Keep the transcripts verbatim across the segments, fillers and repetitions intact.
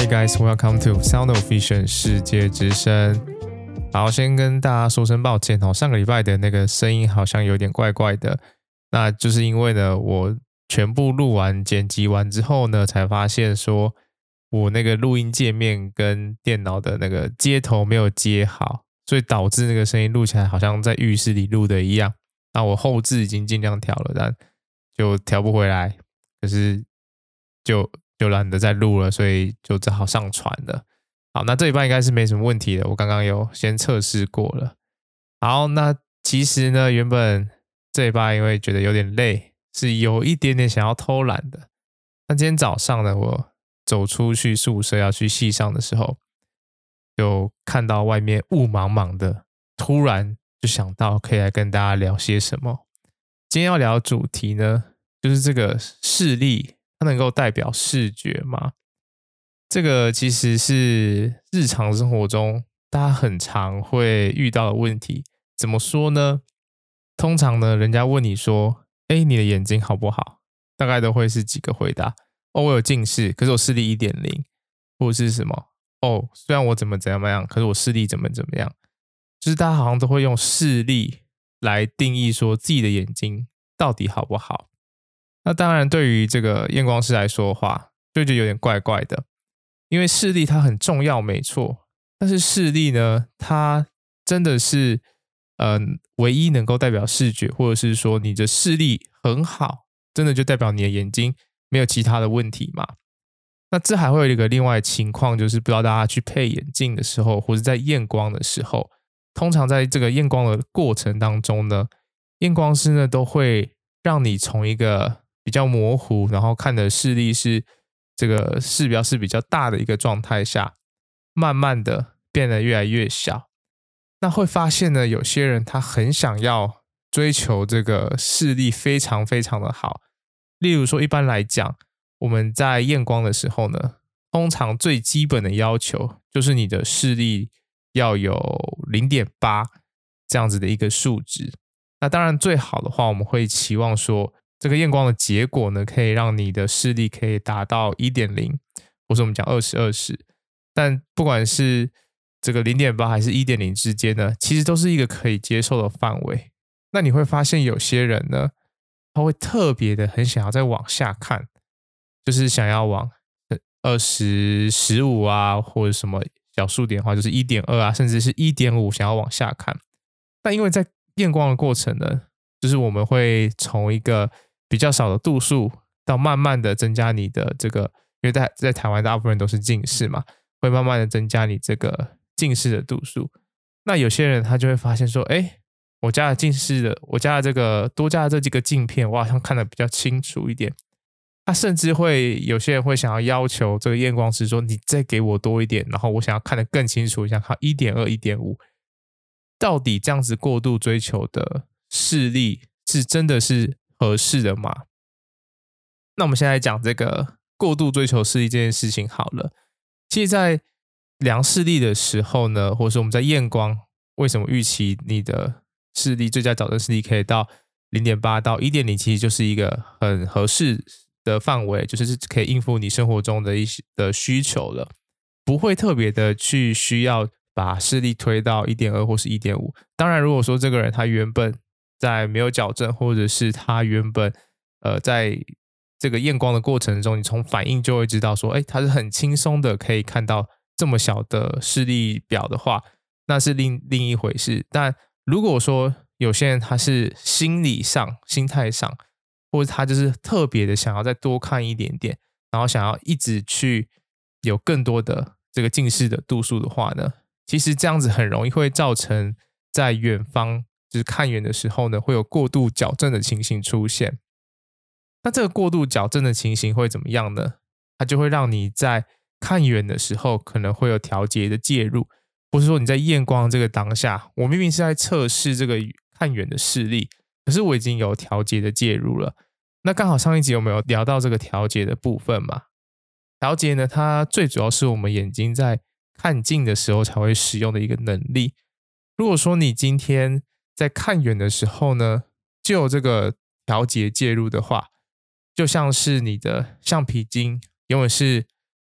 guys, welcome to Sound of Vision 世界之声。好，先跟大家说声抱歉哦，上个礼拜的那个声音好像有点怪怪的，那就是因为呢，我全部录完剪辑完之后呢，才发现说我那个录音界面跟电脑的那个接头没有接好，所以导致那个声音录起来好像在浴室里录的一样。那我后置已经尽量调了，但就调不回来，可是就就懒得再录了，所以就只好上传了。好，那这一半应该是没什么问题的，我刚刚有先测试过了。好，那其实呢，原本这一半因为觉得有点累，是有一点点想要偷懒的。那今天早上呢，我走出去宿舍要去系上的时候，就看到外面雾茫茫的，突然就想到可以来跟大家聊些什么。今天要聊的主题呢，就是这个视力它能够代表视觉吗？这个其实是日常生活中大家很常会遇到的问题。怎么说呢？通常呢，人家问你说，哎，你的眼睛好不好？大概都会是几个回答。哦，我有近视，可是我视力 一点零， 或者是什么？哦，虽然我怎么怎么样，可是我视力怎么怎么样。就是大家好像都会用视力来定义说自己的眼睛到底好不好。那当然对于这个验光师来说的话，就觉得有点怪怪的，因为视力它很重要没错，但是视力呢，它真的是呃唯一能够代表视觉，或者是说你的视力很好，真的就代表你的眼睛没有其他的问题吗？那这还会有一个另外的情况，就是不知道大家去配眼镜的时候，或者在验光的时候，通常在这个验光的过程当中呢，验光师呢都会让你从一个比较模糊，然后看的视力是这个视标是比较大的一个状态下，慢慢的变得越来越小。那会发现呢，有些人他很想要追求这个视力非常非常的好。例如说，一般来讲，我们在验光的时候呢，通常最基本的要求就是你的视力要有 零点八 这样子的一个数值。那当然最好的话，我们会期望说这个验光的结果呢，可以让你的视力可以达到 一点零， 或是我们讲二十二十。但不管是这个 零点八 还是 一点零 之间呢，其实都是一个可以接受的范围。那你会发现有些人呢，他会特别的很想要再往下看，就是想要往二十、十五啊，或者什么小数点的话就是 一点二 啊，甚至是 一点五 想要往下看。但因为在验光的过程呢，就是我们会从一个比较少的度数到慢慢的增加你的这个，因为在在台湾大部分人都是近视嘛，会慢慢的增加你这个近视的度数。那有些人他就会发现说，哎，我加了近视的，我加了这个多加了这几个镜片，我好像看得比较清楚一点。他甚至会有些人会想要要求这个验光师说，你再给我多一点，然后我想要看得更清楚，想看 一点二、一点五。到底这样子过度追求的视力是真的是合适的吗？那我们现在讲这个过度追求视力这件事情好了。其实在量视力的时候呢，或者说我们在验光，为什么预期你的视力最佳矫正视力可以到 零点八 到 一点零， 其实就是一个很合适的范围，就是可以应付你生活中的一些的需求了，不会特别的去需要把视力推到 一点二 或是 一点五。 当然如果说这个人他原本在没有矫正，或者是他原本呃在这个验光的过程中，你从反应就会知道说，哎，他是很轻松的可以看到这么小的视力表的话，那是另另一回事。但如果说有些人他是心理上心态上，或者他就是特别的想要再多看一点点，然后想要一直去有更多的这个近视的度数的话呢，其实这样子很容易会造成在远方就是看远的时候呢，会有过度矫正的情形出现。那这个过度矫正的情形会怎么样呢？它就会让你在看远的时候可能会有调节的介入，或是说你在验光这个当下，我明明是在测试这个看远的视力，可是我已经有调节的介入了。那刚好上一集有没有聊到这个调节的部分嘛？调节呢，它最主要是我们眼睛在看近的时候才会使用的一个能力。如果说你今天在看远的时候呢，就有这个调节介入的话，就像是你的橡皮筋永远是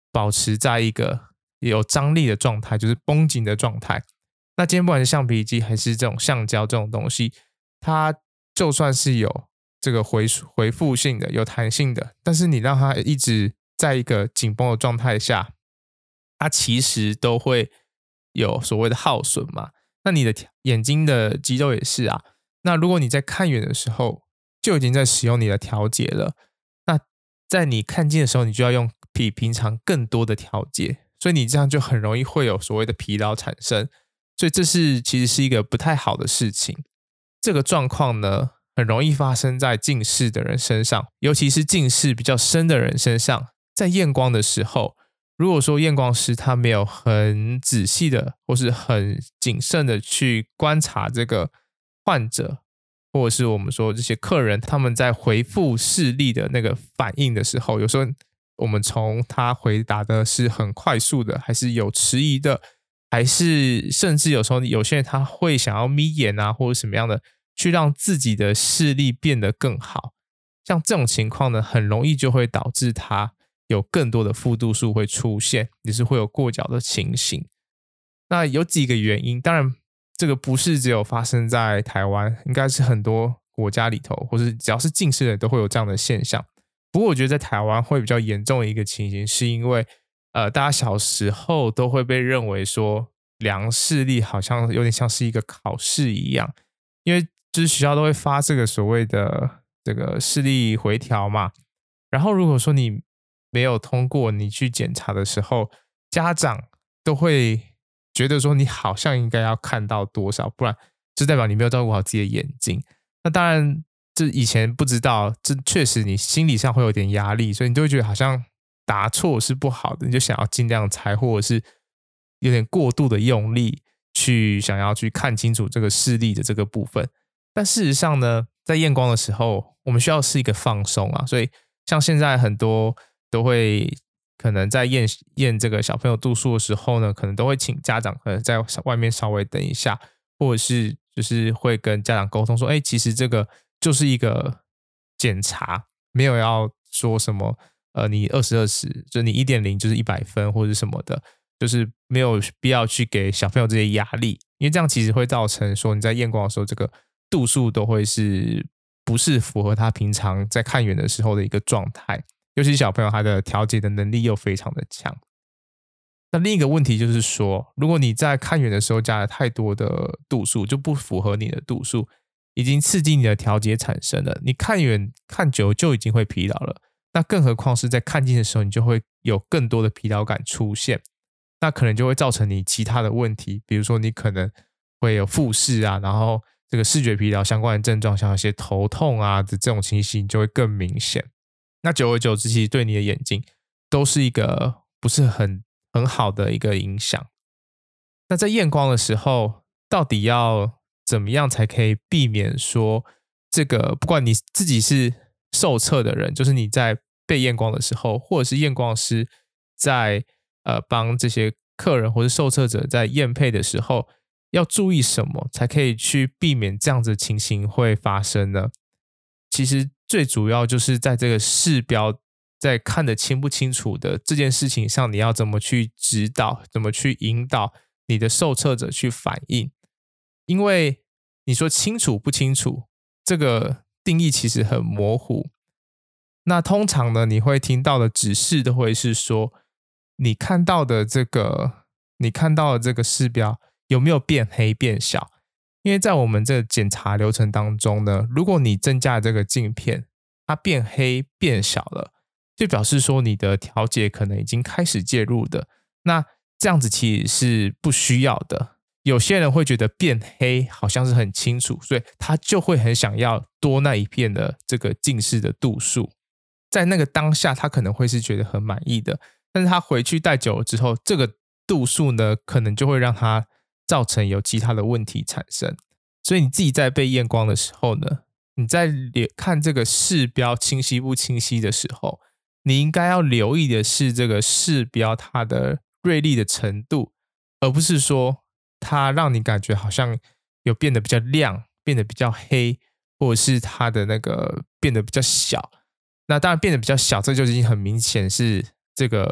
保持在一个有张力的状态，就是绷紧的状态。那今天不管是橡皮筋还是这种橡胶这种东西，它就算是有这个回回复性的、有弹性的，但是你让它一直在一个紧绷的状态下，它其实都会有所谓的耗损嘛。那你的眼睛的肌肉也是啊。那如果你在看远的时候就已经在使用你的调节了，那在你看近的时候，你就要用比平常更多的调节，所以你这样就很容易会有所谓的疲劳产生。所以这是其实是一个不太好的事情。这个状况呢，很容易发生在近视的人身上，尤其是近视比较深的人身上。在验光的时候，如果说验光师他没有很仔细的或是很谨慎的去观察这个患者，或者是我们说这些客人他们在回复视力的那个反应的时候，有时候我们从他回答的是很快速的，还是有迟疑的，还是甚至有时候有些人他会想要眯眼啊，或者什么样的，去让自己的视力变得更好。像这种情况呢，很容易就会导致他有更多的负度数会出现，也是会有过角的情形。那有几个原因，当然这个不是只有发生在台湾，应该是很多国家里头，或是只要是近视的人都会有这样的现象。不过我觉得在台湾会比较严重的一个情形，是因为呃，大家小时候都会被认为说量视力好像有点像是一个考试一样，因为就是学校都会发这个所谓的这个视力回调嘛。然后如果说你没有通过，你去检查的时候，家长都会觉得说你好像应该要看到多少，不然就代表你没有照顾好自己的眼睛。那当然这以前不知道，这确实你心理上会有点压力，所以你就会觉得好像答错是不好的，你就想要尽量猜，或者是有点过度的用力去想要去看清楚这个视力的这个部分。但事实上呢，在验光的时候我们需要是一个放松啊，所以像现在很多都会可能在验验这个小朋友度数的时候呢，可能都会请家长可能在外面稍微等一下，或者是就是会跟家长沟通说，哎，其实这个就是一个检查，没有要说什么呃，你二十二十，就你 一点零 就是一百分或者什么的，就是没有必要去给小朋友这些压力，因为这样其实会造成说你在验光的时候，这个度数都会是不是符合他平常在看远的时候的一个状态，尤其是小朋友他的调节的能力又非常的强。那另一个问题就是说，如果你在看远的时候加了太多的度数，就不符合你的度数，已经刺激你的调节产生了，你看远看久就已经会疲劳了，那更何况是在看近的时候，你就会有更多的疲劳感出现，那可能就会造成你其他的问题，比如说你可能会有复视啊，然后这个视觉疲劳相关的症状，像有些头痛啊的这种情形就会更明显。那久而久之，其实对你的眼睛都是一个不是很很好的一个影响。那在验光的时候，到底要怎么样才可以避免说这个，不管你自己是受测的人，就是你在被验光的时候，或者是验光师在呃帮这些客人或是受测者在验配的时候，要注意什么才可以去避免这样子的情形会发生呢？其实最主要就是在这个视标在看得清不清楚的这件事情上，你要怎么去指导，怎么去引导你的受测者去反应。因为你说清楚不清楚，这个定义其实很模糊。那通常呢，你会听到的指示都会是说，你看到的这个，你看到的这个视标有没有变黑变小？因为在我们这个检查流程当中呢，如果你增加这个镜片，它变黑变小了，就表示说你的调节可能已经开始介入的。那这样子其实是不需要的。有些人会觉得变黑好像是很清楚，所以他就会很想要多那一片的这个近视的度数。在那个当下，他可能会是觉得很满意的，但是他回去戴久了之后，这个度数呢，可能就会让他造成有其他的问题产生。所以你自己在被验光的时候呢，你在看这个视标清晰不清晰的时候，你应该要留意的是这个视标它的锐利的程度，而不是说它让你感觉好像有变得比较亮，变得比较黑，或者是它的那个变得比较小。那当然变得比较小，这就已经很明显是这个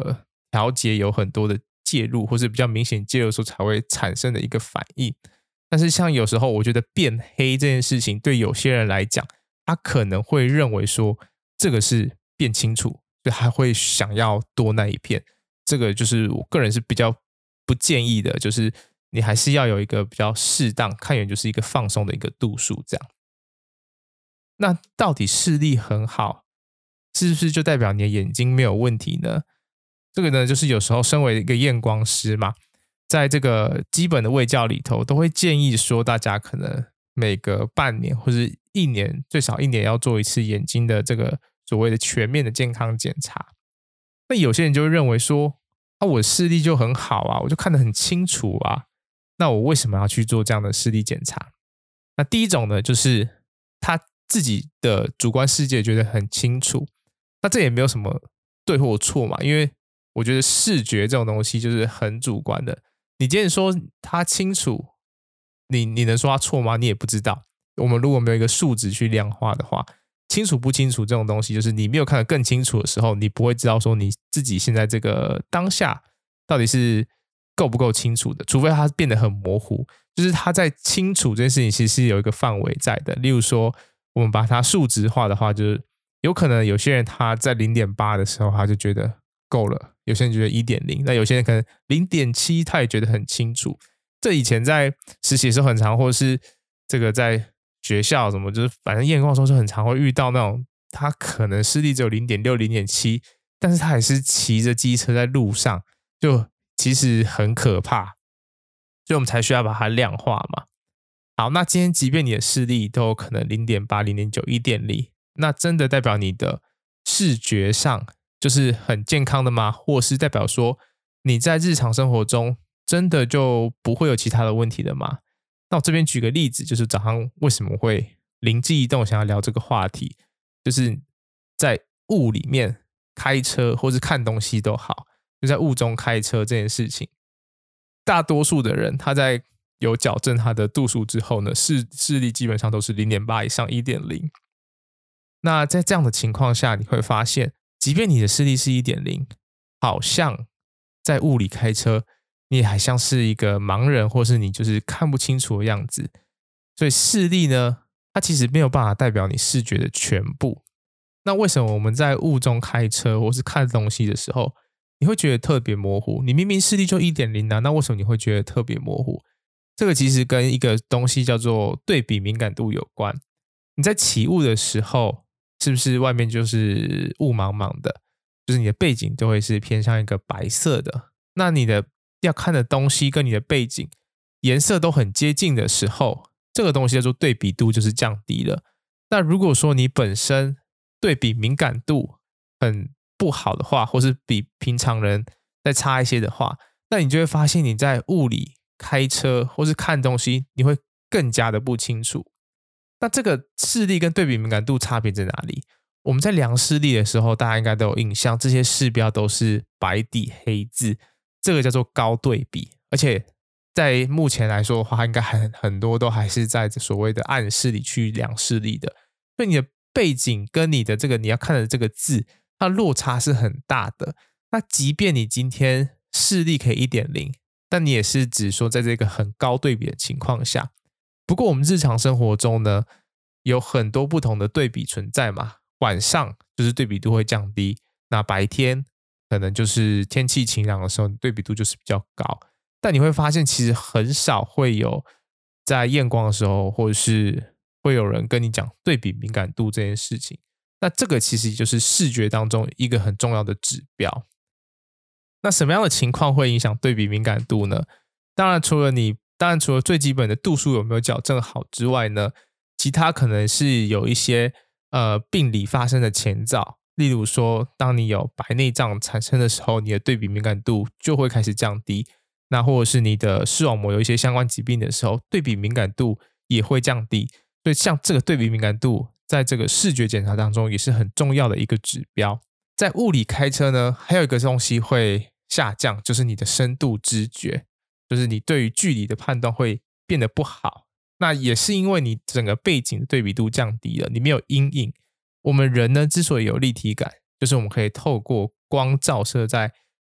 调节有很多的介入，或是比较明显介入的时候才会产生的一个反应。但是像有时候我觉得变黑这件事情对有些人来讲，他可能会认为说这个是变清楚，所以他会想要多那一片。这个就是我个人是比较不建议的，就是你还是要有一个比较适当，看远就是一个放松的一个度数这样。那到底视力很好，是不是就代表你的眼睛没有问题呢？这个呢，就是有时候身为一个验光师嘛，在这个基本的卫教里头，都会建议说，大家可能每隔半年或是一年，最少一年要做一次眼睛的这个所谓的全面的健康检查。那有些人就会认为说，啊，我视力就很好啊，我就看得很清楚啊，那我为什么要去做这样的视力检查？那第一种呢，就是他自己的主观世界觉得很清楚，那这也没有什么对或错嘛，因为我觉得视觉这种东西就是很主观的。你今天说他清楚，你你能说他错吗？你也不知道。我们如果没有一个数值去量化的话，清楚不清楚这种东西，就是你没有看得更清楚的时候，你不会知道说你自己现在这个当下到底是够不够清楚的，除非它变得很模糊。就是它在清楚这件事情其实是有一个范围在的。例如说，我们把它数值化的话，就是有可能有些人他在 零点八 的时候他就觉得够了，有些人觉得 一点零， 那有些人可能 零点七 他也觉得很清楚。这以前在实习的时候很常，或是这个在学校什么，就是反正验光的时候就很常会遇到那种他可能视力只有 零点六 零点七， 但是他还是骑着机车在路上，就其实很可怕，所以我们才需要把它量化嘛。好，那今天即便你的视力都有可能 零点八、零点九、一点零， 那真的代表你的视觉上就是很健康的吗？或是代表说你在日常生活中真的就不会有其他的问题的吗？那我这边举个例子，就是早上为什么会灵机一动想要聊这个话题，就是在雾里面开车或是看东西都好，就在雾中开车这件事情，大多数的人他在有矫正他的度数之后呢，视视力基本上都是 零点八 以上 一点零。 那在这样的情况下，你会发现即便你的视力是 一点零， 好像在雾里开车你还像是一个盲人，或是你就是看不清楚的样子。所以视力呢，它其实没有办法代表你视觉的全部。那为什么我们在雾中开车或是看东西的时候，你会觉得特别模糊？你明明视力就 一点零 啊，那为什么你会觉得特别模糊？这个其实跟一个东西叫做对比敏感度有关。你在起雾的时候，是不是外面就是雾茫茫的，就是你的背景就会是偏向一个白色的，那你的要看的东西跟你的背景颜色都很接近的时候，这个东西叫做对比度就是降低了。那如果说你本身对比敏感度很不好的话，或是比平常人再差一些的话，那你就会发现你在雾里开车或是看东西，你会更加的不清楚。那这个视力跟对比敏感度差别在哪里？我们在量视力的时候，大家应该都有印象，这些视标都是白底黑字，这个叫做高对比。而且在目前来说的话，应该很很多都还是在所谓的暗视里去量视力的，所以你的背景跟你的这个你要看的这个字，它落差是很大的。那即便你今天视力可以 一点零， 但你也是指说在这个很高对比的情况下。不过我们日常生活中呢，有很多不同的对比存在嘛。晚上就是对比度会降低，那白天可能就是天气晴朗的时候，对比度就是比较高。但你会发现其实很少会有在验光的时候，或者是会有人跟你讲对比敏感度这件事情。那这个其实就是视觉当中一个很重要的指标。那什么样的情况会影响对比敏感度呢？当然除了你当然除了最基本的度数有没有矫正好之外呢，其他可能是有一些呃病理发生的前兆。例如说当你有白内障产生的时候，你的对比敏感度就会开始降低。那或者是你的视网膜有一些相关疾病的时候，对比敏感度也会降低。所以像这个对比敏感度在这个视觉检查当中也是很重要的一个指标。在雾里开车呢，还有一个东西会下降，就是你的深度知觉，就是你对于距离的判断会变得不好。那也是因为你整个背景的对比度降低了，你没有阴影。我们人呢之所以有立体感，就是我们可以透过光照射在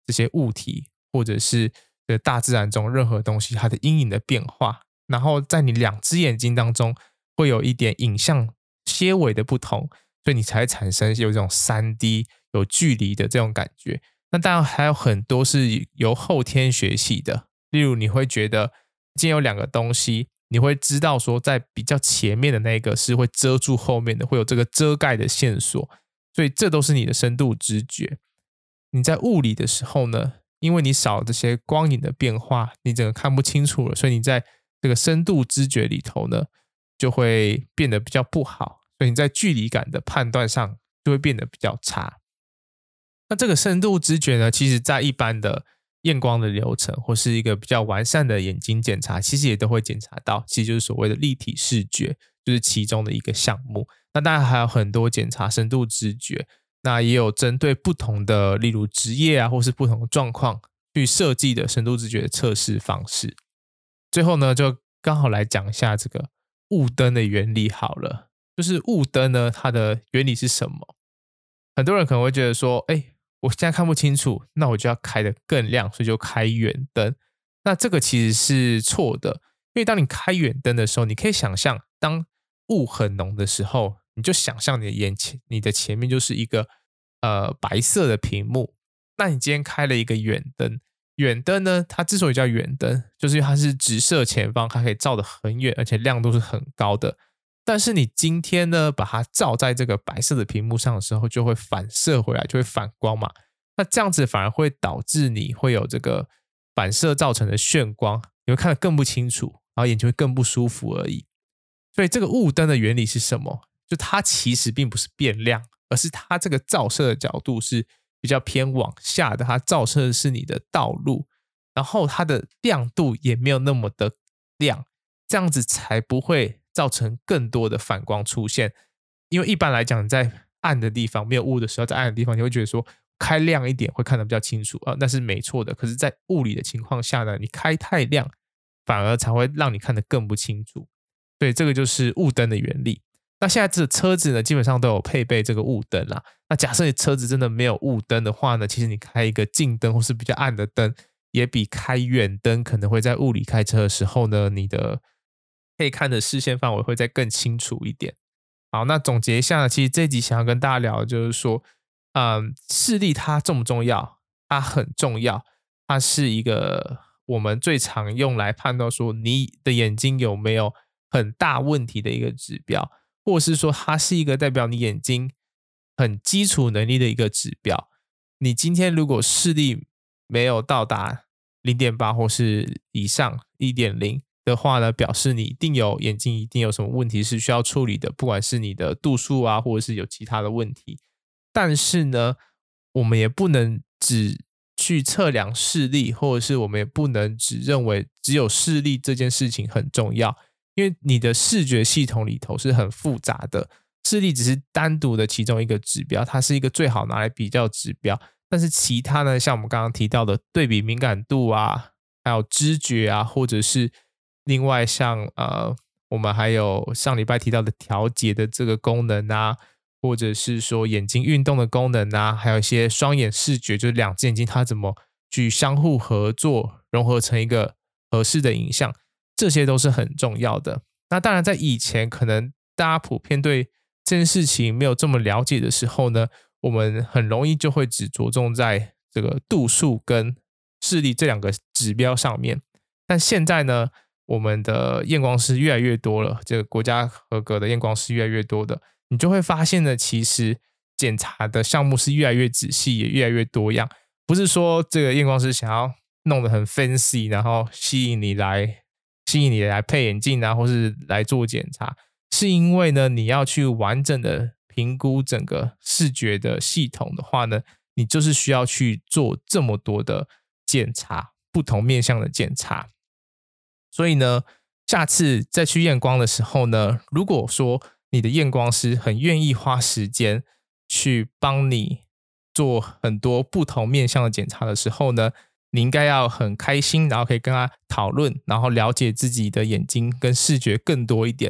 这些物体或者是大自然中任何东西它的阴影的变化，然后在你两只眼睛当中会有一点影像些微的不同，所以你才会产生有这种 三 D 有距离的这种感觉。那当然还有很多是由后天学习的，例如你会觉得今天有两个东西，你会知道说在比较前面的那个是会遮住后面的，会有这个遮盖的线索，所以这都是你的深度知觉。你在物理的时候呢，因为你少了这些光影的变化，你整个看不清楚了，所以你在这个深度知觉里头呢就会变得比较不好，所以你在距离感的判断上就会变得比较差。那这个深度知觉呢，其实在一般的验光的流程或是一个比较完善的眼睛检查，其实也都会检查到，其实就是所谓的立体视觉，就是其中的一个项目。那当然还有很多检查深度知觉，那也有针对不同的例如职业啊或是不同的状况去设计的深度知觉的测试方式。最后呢，就刚好来讲一下这个雾灯的原理好了。就是雾灯呢，它的原理是什么？很多人可能会觉得说，哎，我现在看不清楚，那我就要开得更亮，所以就开远灯。那这个其实是错的，因为当你开远灯的时候，你可以想象，当雾很浓的时候，你就想象你的眼前，你的前面就是一个呃白色的屏幕。那你今天开了一个远灯，远灯呢，它之所以叫远灯，就是因为它是直射前方，它可以照得很远，而且亮度是很高的。但是你今天呢，把它照在这个白色的屏幕上的时候，就会反射回来，就会反光嘛。那这样子反而会导致你会有这个反射造成的眩光，你会看得更不清楚，然后眼睛会更不舒服而已。所以这个雾灯的原理是什么？就它其实并不是变亮，而是它这个照射的角度是比较偏往下的，它照射的是你的道路，然后它的亮度也没有那么的亮，这样子才不会造成更多的反光出现。因为一般来讲，在暗的地方没有雾的时候，在暗的地方你会觉得说开亮一点会看得比较清楚，呃，那是没错的。可是在物理的情况下呢，你开太亮反而才会让你看得更不清楚。所以这个就是雾灯的原理。那现在这车子呢，基本上都有配备这个雾灯啦。那假设你车子真的没有雾灯的话呢，其实你开一个近灯或是比较暗的灯，也比开远灯可能会在雾里开车的时候呢，你的可以看的视线范围会再更清楚一点。好，那总结一下呢，其实这一集想要跟大家聊的就是说，嗯，视力它重不重要？它很重要，它是一个我们最常用来判断说你的眼睛有没有很大问题的一个指标，或者是说它是一个代表你眼睛很基础能力的一个指标。你今天如果视力没有到达 零点八 或是以上 一点零 的话呢，表示你一定有眼睛一定有什么问题是需要处理的，不管是你的度数啊，或者是有其他的问题。但是呢，我们也不能只去测量视力，或者是我们也不能只认为只有视力这件事情很重要，因为你的视觉系统里头是很复杂的，视力只是单独的其中一个指标，它是一个最好拿来比较指标。但是其他呢，像我们刚刚提到的对比敏感度啊，还有知觉啊，或者是另外像呃，我们还有上礼拜提到的调节的这个功能啊，或者是说眼睛运动的功能啊，还有一些双眼视觉，就是两只眼睛它怎么去相互合作，融合成一个合适的影像，这些都是很重要的。那当然在以前可能大家普遍对这件事情没有这么了解的时候呢，我们很容易就会只着重在这个度数跟视力这两个指标上面。但现在呢，我们的验光师越来越多了，这个国家合格的验光师越来越多的，你就会发现呢，其实检查的项目是越来越仔细，也越来越多样。不是说这个验光师想要弄得很 fancy， 然后吸引你来吸引你来配眼镜啊，或是来做检查，是因为呢，你要去完整的评估整个视觉的系统的话呢，你就是需要去做这么多的检查，不同面向的检查。所以呢，下次再去验光的时候呢，如果说你的验光师很愿意花时间去帮你做很多不同面向的检查的时候呢，你应该要很开心，然后可以跟他讨论，然后了解自己的眼睛跟视觉更多一点。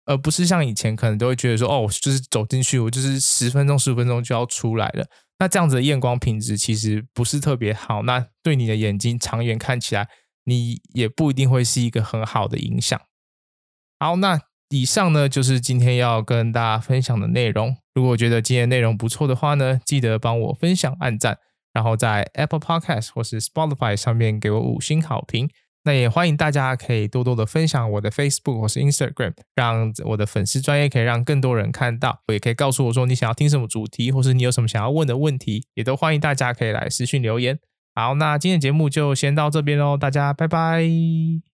而不是像以前可能都会觉得说，哦，我就是走进去，我就是十分钟、十五分钟就要出来了。那这样子的验光品质其实不是特别好，那对你的眼睛长远看起来，你也不一定会是一个很好的影响。好，那以上呢就是今天要跟大家分享的内容。如果觉得今天内容不错的话呢，记得帮我分享、按赞，然后在 Apple Podcast 或是 Spotify 上面给我五星好评。那也欢迎大家可以多多的分享我的 Facebook 或是 Instagram， 让我的粉丝专页可以让更多人看到。也可以告诉我说你想要听什么主题，或是你有什么想要问的问题，也都欢迎大家可以来私讯留言。好，那今天的节目就先到这边咯，大家拜拜。